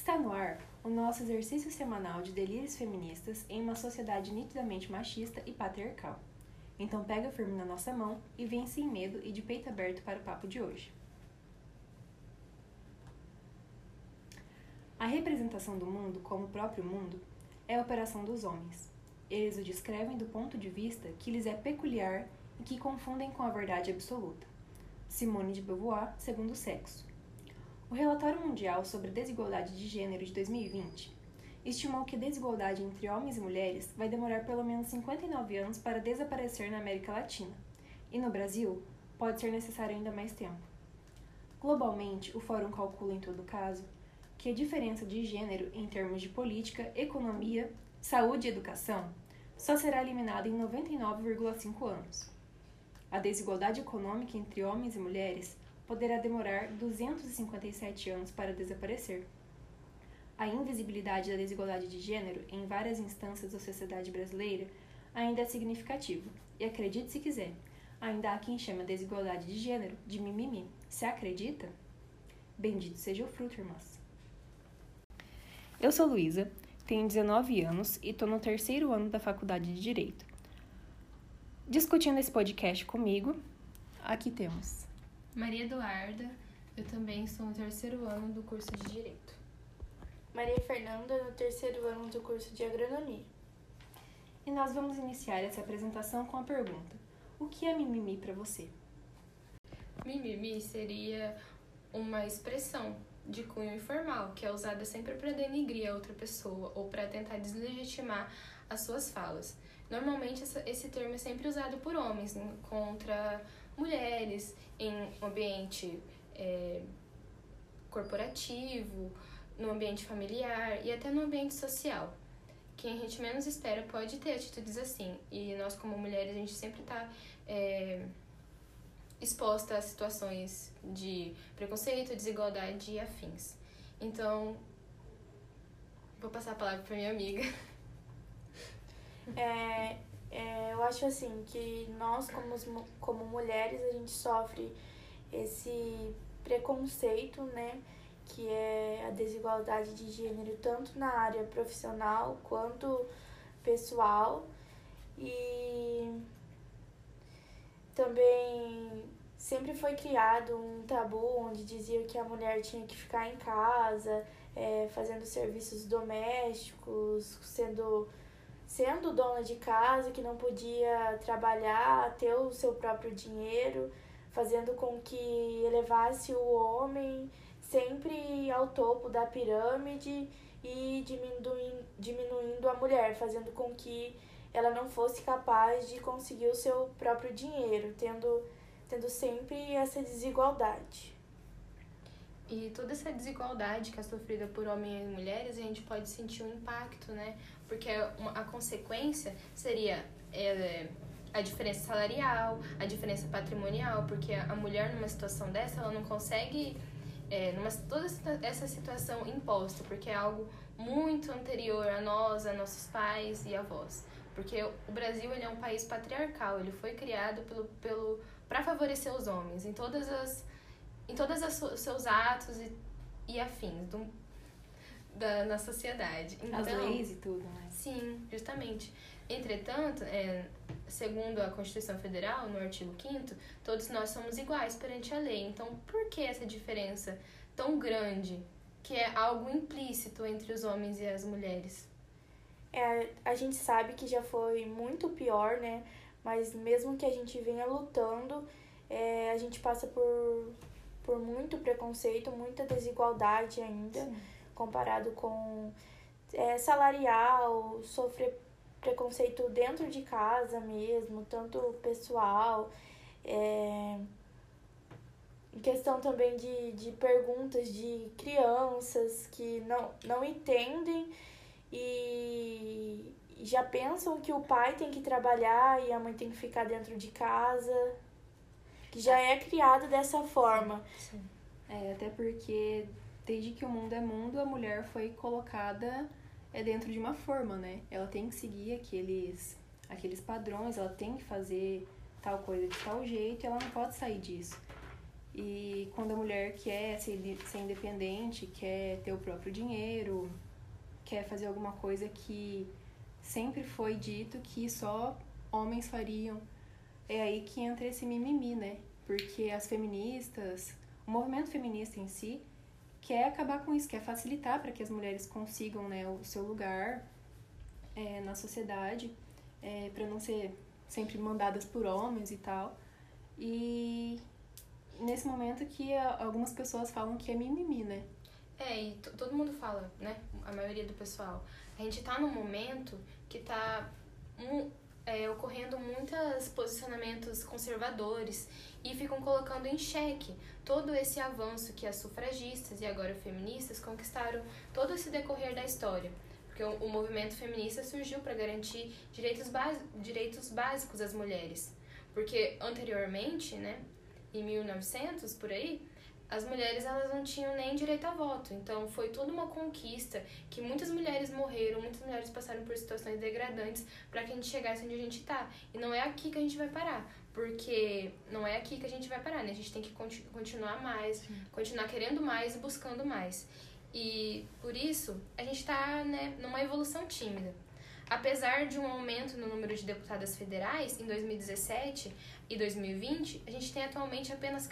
Está no ar o nosso exercício semanal de delírios feministas em uma sociedade nitidamente machista e patriarcal. Então pega firme na nossa mão e vem sem medo e de peito aberto para o papo de hoje. A representação do mundo como o próprio mundo é a operação dos homens. Eles o descrevem do ponto de vista que lhes é peculiar e que confundem com a verdade absoluta. Simone de Beauvoir, Segundo Sexo. O Relatório Mundial sobre a Desigualdade de Gênero de 2020 estimou que a desigualdade entre homens e mulheres vai demorar pelo menos 59 anos para desaparecer na América Latina, e no Brasil pode ser necessário ainda mais tempo. Globalmente, o Fórum calcula, em todo caso, que a diferença de gênero em termos de política, economia, saúde e educação só será eliminada em 99,5 anos. A desigualdade econômica entre homens e mulheres poderá demorar 257 anos para desaparecer. A invisibilidade da desigualdade de gênero em várias instâncias da sociedade brasileira ainda é significativa, e acredite se quiser, ainda há quem chame a desigualdade de gênero de mimimi. Você acredita? Bendito seja o fruto, irmãs. Eu sou Luísa, tenho 19 anos e estou no 3º ano da Faculdade de Direito. Discutindo esse podcast comigo, aqui temos Maria Eduarda, eu também estou no 3º ano do curso de Direito. Maria Fernanda, no 3º ano do curso de Agronomia. E nós vamos iniciar essa apresentação com a pergunta: o que é mimimi para você? Mimimi seria uma expressão de cunho informal, que é usada sempre para denigrir a outra pessoa ou para tentar deslegitimar as suas falas. Normalmente esse termo é sempre usado por homens contra mulheres em um ambiente corporativo, no ambiente familiar e até no ambiente social. Quem a gente menos espera pode ter atitudes assim, e nós como mulheres a gente sempre está exposta a situações de preconceito, desigualdade e afins. Então, vou passar a palavra para minha amiga. Eu acho assim que nós como mulheres a gente sofre esse preconceito, né, que é a desigualdade de gênero tanto na área profissional quanto pessoal, e também sempre foi criado um tabu onde dizia que a mulher tinha que ficar em casa, fazendo serviços domésticos, sendo dona de casa, que não podia trabalhar, ter o seu próprio dinheiro, fazendo com que elevasse o homem sempre ao topo da pirâmide e diminuindo a mulher, fazendo com que ela não fosse capaz de conseguir o seu próprio dinheiro, tendo sempre essa desigualdade. E toda essa desigualdade que é sofrida por homens e mulheres, a gente pode sentir um impacto, né? Porque a consequência seria a diferença salarial, a diferença patrimonial, porque a mulher numa situação dessa, ela não consegue toda essa situação imposta, porque é algo muito anterior a nós, a nossos pais e avós. Porque o Brasil, ele é um país patriarcal, ele foi criado para favorecer os homens em todos os seus atos e afins na sociedade. Então, as leis e tudo, né? Sim, justamente. Entretanto, segundo a Constituição Federal, no artigo 5º, todos nós somos iguais perante a lei. Então, por que essa diferença tão grande, que é algo implícito entre os homens e as mulheres? A gente sabe que já foi muito pior, né? Mas mesmo que a gente venha lutando, a gente passa por muito preconceito, muita desigualdade ainda. Sim. Comparado com salarial, sofrer preconceito dentro de casa mesmo, tanto pessoal, em questão também de perguntas de crianças que não entendem e já pensam que o pai tem que trabalhar e a mãe tem que ficar dentro de casa, que já é criado dessa forma. Sim. Até porque desde que o mundo é mundo, a mulher foi colocada dentro de uma forma, né? Ela tem que seguir aqueles padrões, ela tem que fazer tal coisa de tal jeito e ela não pode sair disso. E quando a mulher quer ser independente, quer ter o próprio dinheiro, quer fazer alguma coisa que sempre foi dito que só homens fariam, é aí que entra esse mimimi, né? Porque as feministas, o movimento feminista em si, quer acabar com isso, quer facilitar para que as mulheres consigam, né, o seu lugar na sociedade, para não ser sempre mandadas por homens e tal. E nesse momento que algumas pessoas falam que é mimimi, né? E todo mundo fala, né? A maioria do pessoal. A gente tá num momento que tá ocorrendo muitos posicionamentos conservadores e ficam colocando em xeque todo esse avanço que as sufragistas e agora feministas conquistaram todo esse decorrer da história. Porque o movimento feminista surgiu para garantir direitos básicos às mulheres. Porque anteriormente, né, em 1900, por aí, as mulheres elas não tinham nem direito a voto. Então foi toda uma conquista que muitas mulheres morreram, muitas mulheres passaram por situações degradantes para que a gente chegasse onde a gente está. E não é aqui que a gente vai parar, porque não é aqui que a gente vai parar, né? A gente tem que continuar mais, Sim. continuar querendo mais e buscando mais. E por isso a gente está, né, numa evolução tímida. Apesar de um aumento no número de deputadas federais em 2017 e 2020, a gente tem atualmente apenas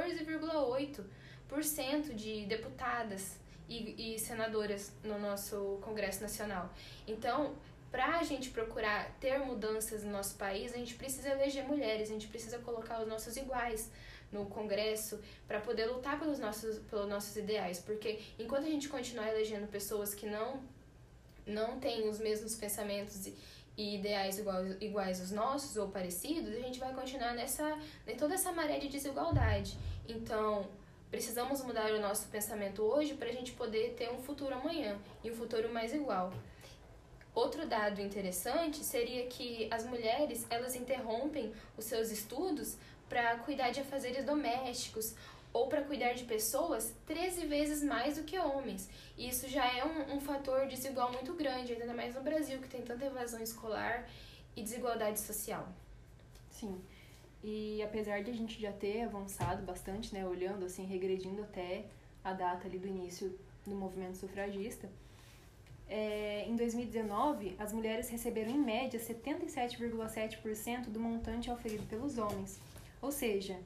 14,8% de deputadas e senadoras no nosso Congresso Nacional. Então, para a gente procurar ter mudanças no nosso país, a gente precisa eleger mulheres, a gente precisa colocar os nossos iguais no Congresso para poder lutar pelos nossos ideais. Porque enquanto a gente continuar elegendo pessoas que não têm os mesmos pensamentos e ideais iguais aos nossos ou parecidos, a gente vai continuar em toda essa maré de desigualdade. Então, precisamos mudar o nosso pensamento hoje para a gente poder ter um futuro amanhã e um futuro mais igual. Outro dado interessante seria que as mulheres, elas interrompem os seus estudos para cuidar de afazeres domésticos ou para cuidar de pessoas 13 vezes mais do que homens. E isso já é um fator desigual muito grande, ainda mais no Brasil, que tem tanta evasão escolar e desigualdade social. Sim. E apesar de a gente já ter avançado bastante, né, olhando assim, regredindo até a data ali do início do movimento sufragista, em 2019, as mulheres receberam em média 77,7% do montante oferido pelos homens. Ou seja,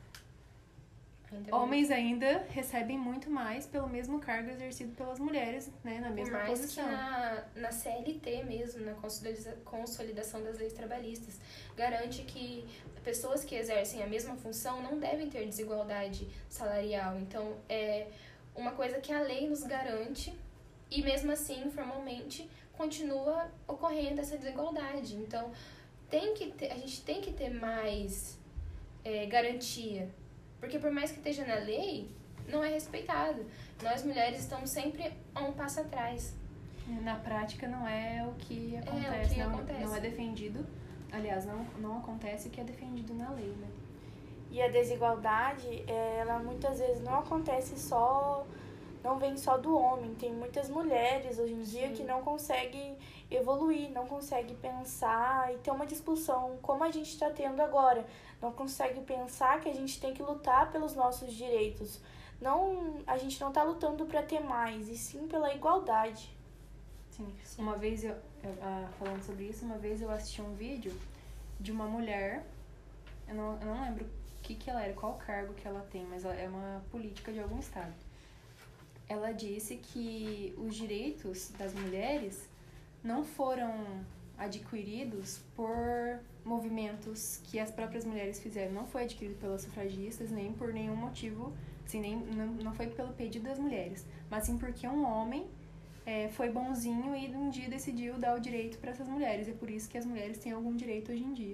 homens ainda recebem muito mais pelo mesmo cargo exercido pelas mulheres, né, na mesma posição. Por mais que na CLT mesmo, na consolidação das leis trabalhistas, garante que pessoas que exercem a mesma função não devem ter desigualdade salarial. Então, é uma coisa que a lei nos garante e mesmo assim, formalmente, continua ocorrendo essa desigualdade. Então, a gente tem que ter mais garantia. Porque por mais que esteja na lei, não é respeitado. Nós mulheres estamos sempre a um passo atrás. Na prática não é o que acontece, não é defendido. Aliás, não acontece o que é defendido na lei, né? E a desigualdade, ela muitas vezes não acontece não vem só do homem. Tem muitas mulheres hoje em dia que não conseguem evoluir, não conseguem pensar e ter uma discussão como a gente está tendo agora. Não consegue pensar que a gente tem que lutar pelos nossos direitos. A gente não está lutando para ter mais, e sim pela igualdade. Sim. Uma vez, falando sobre isso, uma vez eu assisti um vídeo de uma mulher, eu não lembro o que ela era, qual cargo que ela tem, mas ela é uma política de algum estado. Ela disse que os direitos das mulheres não foram adquiridos por movimentos que as próprias mulheres fizeram. Não foi adquirido pelas sufragistas, nem por nenhum motivo, assim, não foi pelo pedido das mulheres, mas sim porque um homem foi bonzinho e um dia decidiu dar o direito para essas mulheres. É por isso que as mulheres têm algum direito hoje em dia.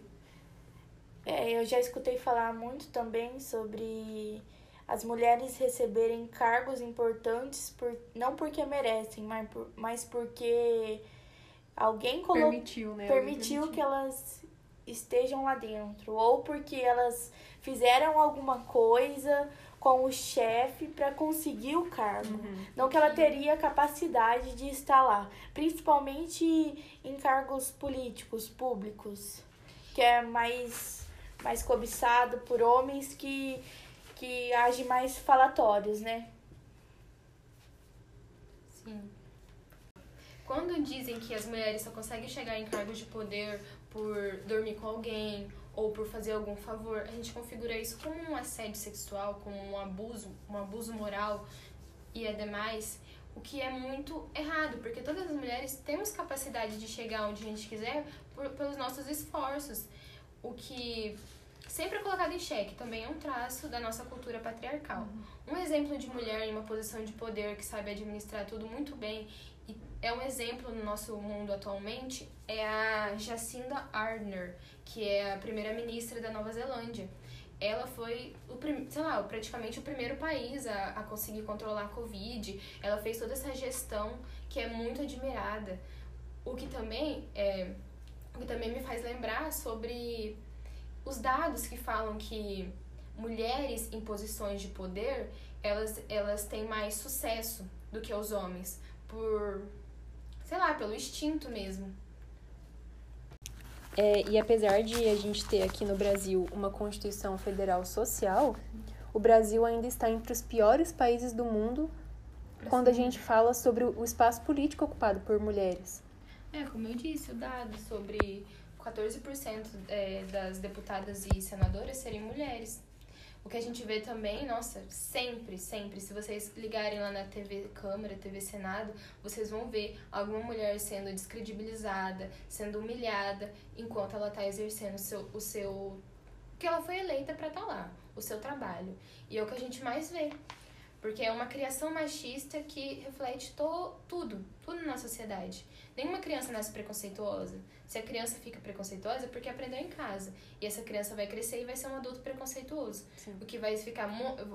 Eu já escutei falar muito também sobre as mulheres receberem cargos importantes não porque merecem, mas porque alguém permitiu que elas estejam lá dentro, ou porque elas fizeram alguma coisa com o chefe para conseguir o cargo. Não que ela teria capacidade de estar lá, principalmente em cargos políticos, públicos, que é mais cobiçado por homens que que agem mais falatórios, né? Sim. Quando dizem que as mulheres só conseguem chegar em cargos de poder por dormir com alguém ou por fazer algum favor, a gente configura isso como um assédio sexual, como um abuso moral e demais, o que é muito errado, porque todas as mulheres temos capacidade de chegar onde a gente quiser pelos nossos esforços, o que sempre é colocado em xeque, também é um traço da nossa cultura patriarcal. Um exemplo de mulher em uma posição de poder que sabe administrar tudo muito bem e é um exemplo no nosso mundo atualmente é a Jacinda Ardern, que é a primeira-ministra da Nova Zelândia. Ela foi, praticamente o primeiro país a conseguir controlar a Covid. Ela fez toda essa gestão que é muito admirada. O que também me faz lembrar sobre os dados que falam que mulheres em posições de poder, elas têm mais sucesso do que os homens, pelo instinto mesmo. E apesar de a gente ter aqui no Brasil uma Constituição Federal Social, o Brasil ainda está entre os piores países do mundo quando a gente fala sobre o espaço político ocupado por mulheres. Como eu disse, o dado sobre 14% das deputadas e senadoras serem mulheres. O que a gente vê também, sempre, se vocês ligarem lá na TV Câmara, TV Senado, vocês vão ver alguma mulher sendo descredibilizada, sendo humilhada, enquanto ela está exercendo o seu... que ela foi eleita para estar lá, o seu trabalho. E é o que a gente mais vê, porque é uma criação machista que reflete tudo na sociedade. Nenhuma criança nasce preconceituosa. Se a criança fica preconceituosa é porque aprendeu em casa. E essa criança vai crescer e vai ser um adulto preconceituoso. Sim. O que vai ficar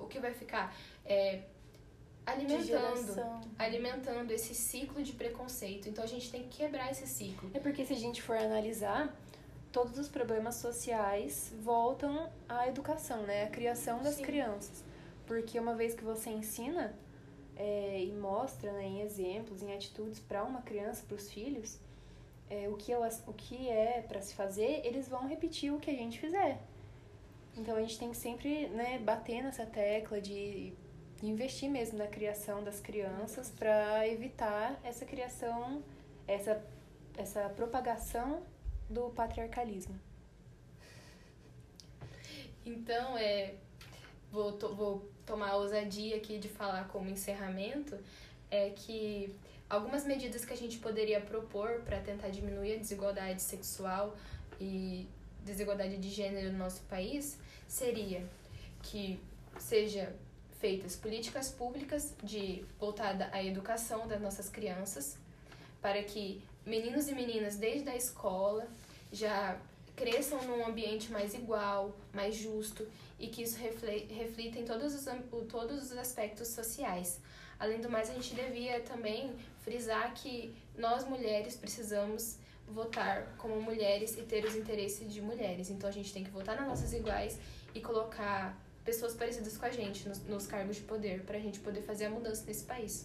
alimentando esse ciclo de preconceito. Então a gente tem que quebrar esse ciclo. É porque se a gente for analisar, todos os problemas sociais voltam à educação, né? À criação das crianças. Porque uma vez que você ensina e mostra, né, em exemplos, em atitudes para uma criança, para os filhos, o que é para se fazer, eles vão repetir o que a gente fizer. Então a gente tem que sempre, né, bater nessa tecla de investir mesmo na criação das crianças para evitar essa criação, essa propagação do patriarcalismo. Então, vou tomar a ousadia aqui de falar como encerramento, que algumas medidas que a gente poderia propor para tentar diminuir a desigualdade sexual e desigualdade de gênero no nosso país seria que seja feitas políticas públicas voltada à educação das nossas crianças, para que meninos e meninas desde a escola já cresçam num ambiente mais igual, mais justo, e que isso reflita em todos os aspectos sociais. Além do mais, a gente devia também frisar que nós, mulheres, precisamos votar como mulheres e ter os interesses de mulheres. Então, a gente tem que votar nas nossas iguais e colocar pessoas parecidas com a gente nos cargos de poder, para a gente poder fazer a mudança nesse país.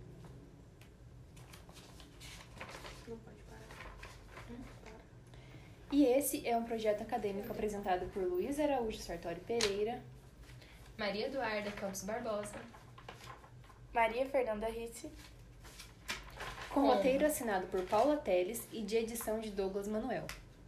E esse é um projeto acadêmico apresentado por Luiz Araújo Sartori Pereira, Maria Eduarda Campos Barbosa, Maria Fernanda Ritzi, com roteiro assinado por Paula Teles e de edição de Douglas Manuel.